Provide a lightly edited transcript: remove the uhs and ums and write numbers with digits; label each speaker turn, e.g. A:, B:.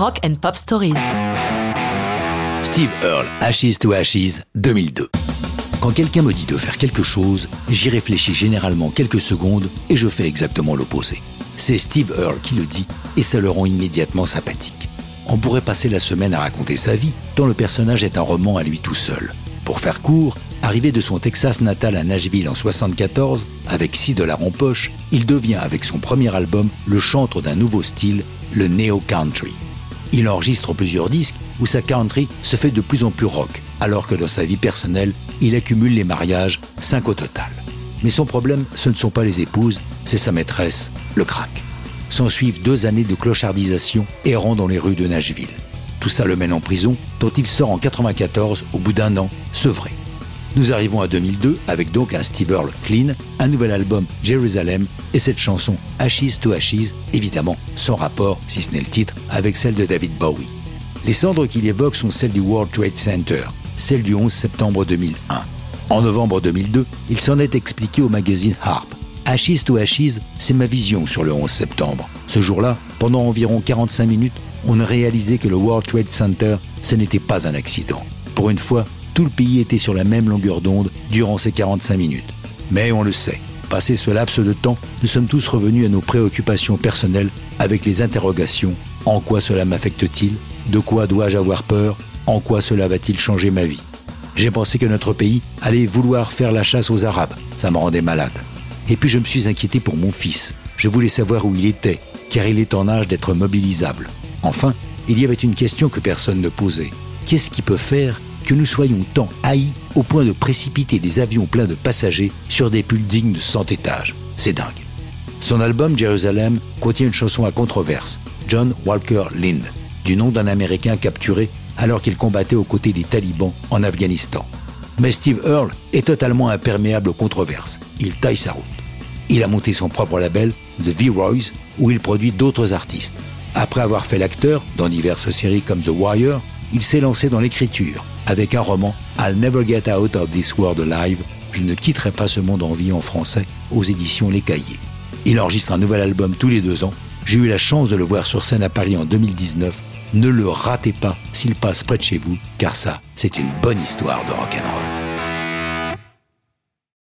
A: Rock and Pop Stories.
B: Steve Earle, Ashes to Ashes, 2002. Quand quelqu'un me dit de faire quelque chose, j'y réfléchis généralement quelques secondes et je fais exactement l'opposé. C'est Steve Earle qui le dit et ça le rend immédiatement sympathique. On pourrait passer la semaine à raconter sa vie, tant le personnage est un roman à lui tout seul. Pour faire court, arrivé de son Texas natal à Nashville en 1974, avec $6 en poche, il devient avec son premier album le chantre d'un nouveau style, le neo-country. Il enregistre plusieurs disques où sa country se fait de plus en plus rock, alors que dans sa vie personnelle, il accumule les mariages, 5 au total. Mais son problème, ce ne sont pas les épouses, c'est sa maîtresse, le crack. S'ensuivent 2 années de clochardisation errant dans les rues de Nashville. Tout ça le mène en prison, dont il sort en 1994, au bout d'1 an, sevré. Nous arrivons à 2002, avec donc un Steve Earle clean, un nouvel album Jerusalem, et cette chanson Ashes to Ashes, évidemment sans rapport, si ce n'est le titre, avec celle de David Bowie. Les cendres qu'il évoque sont celles du World Trade Center, celles du 11 septembre 2001. En novembre 2002, il s'en est expliqué au magazine Harp. Ashes to Ashes, c'est ma vision sur le 11 septembre. Ce jour-là, pendant environ 45 minutes, on a réalisé que le World Trade Center, ce n'était pas un accident. Pour une fois, tout le pays était sur la même longueur d'onde durant ces 45 minutes. Mais on le sait, passé ce laps de temps, nous sommes tous revenus à nos préoccupations personnelles avec les interrogations. En quoi cela m'affecte-t-il ? De quoi dois-je avoir peur ? En quoi cela va-t-il changer ma vie ? J'ai pensé que notre pays allait vouloir faire la chasse aux Arabes. Ça me rendait malade. Et puis je me suis inquiété pour mon fils. Je voulais savoir où il était, car il est en âge d'être mobilisable. Enfin, il y avait une question que personne ne posait. Qu'est-ce qui peut faire que nous soyons tant haïs au point de précipiter des avions pleins de passagers sur des buildings de 100 étages ? C'est dingue. Son album Jerusalem contient une chanson à controverse, John Walker Lindh, du nom d'un Américain capturé alors qu'il combattait aux côtés des talibans en Afghanistan. Mais Steve Earle est totalement imperméable aux controverses. Il taille sa route. Il a monté son propre label, The V-Roys, où il produit d'autres artistes. Après avoir fait l'acteur dans diverses séries comme The Wire, il s'est lancé dans l'écriture avec un roman I'll Never Get Out of This World Alive, Je ne quitterai pas ce monde en vie en français, aux éditions Les Cahiers. Il enregistre un nouvel album tous les 2 ans. J'ai eu la chance de le voir sur scène à Paris en 2019. Ne le ratez pas s'il passe près de chez vous, car ça, c'est une bonne histoire de rock'n'roll.